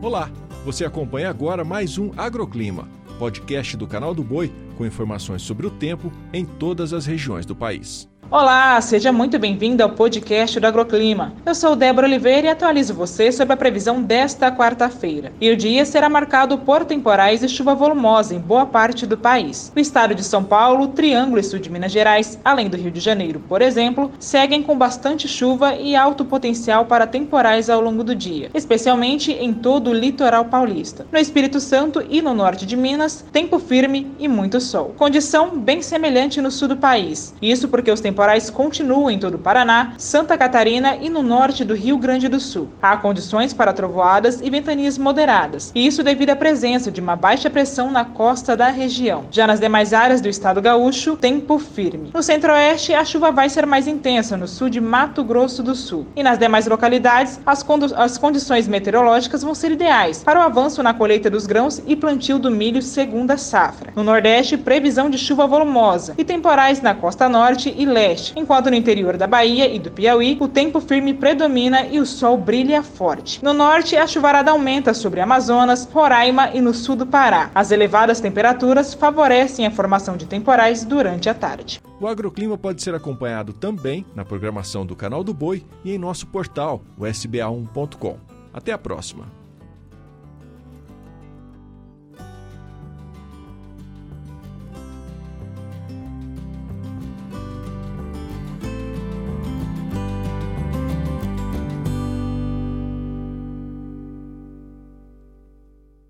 Olá, você acompanha agora mais um Agroclima, podcast do Canal do Boi com informações sobre o tempo em todas as regiões do país. Olá, seja muito bem-vindo ao podcast do Agroclima. Eu sou Débora Oliveira e atualizo você sobre a previsão desta quarta-feira. E o dia será marcado por temporais e chuva volumosa em boa parte do país. O estado de São Paulo, Triângulo e sul de Minas Gerais, além do Rio de Janeiro, por exemplo, seguem com bastante chuva e alto potencial para temporais ao longo do dia, especialmente em todo o litoral paulista. No Espírito Santo e no norte de Minas, tempo firme e muito sol. Condição bem semelhante no sul do país. Isso porque os temporais continuam em todo o Paraná, Santa Catarina e no norte do Rio Grande do Sul. Há condições para trovoadas e ventanias moderadas, e isso devido à presença de uma baixa pressão na costa da região. Já nas demais áreas do estado gaúcho, tempo firme. No centro-oeste, a chuva vai ser mais intensa no sul de Mato Grosso do Sul. E nas demais localidades, as condições meteorológicas vão ser ideais para o avanço na colheita dos grãos e plantio do milho segunda safra. No nordeste, previsão de chuva volumosa e temporais na costa norte e leste, enquanto no interior da Bahia e do Piauí, o tempo firme predomina e o sol brilha forte. No norte, a chuvarada aumenta sobre Amazonas, Roraima e no sul do Pará. As elevadas temperaturas favorecem a formação de temporais durante a tarde. O Agroclima pode ser acompanhado também na programação do Canal do Boi e em nosso portal, o sba1.com. Até a próxima!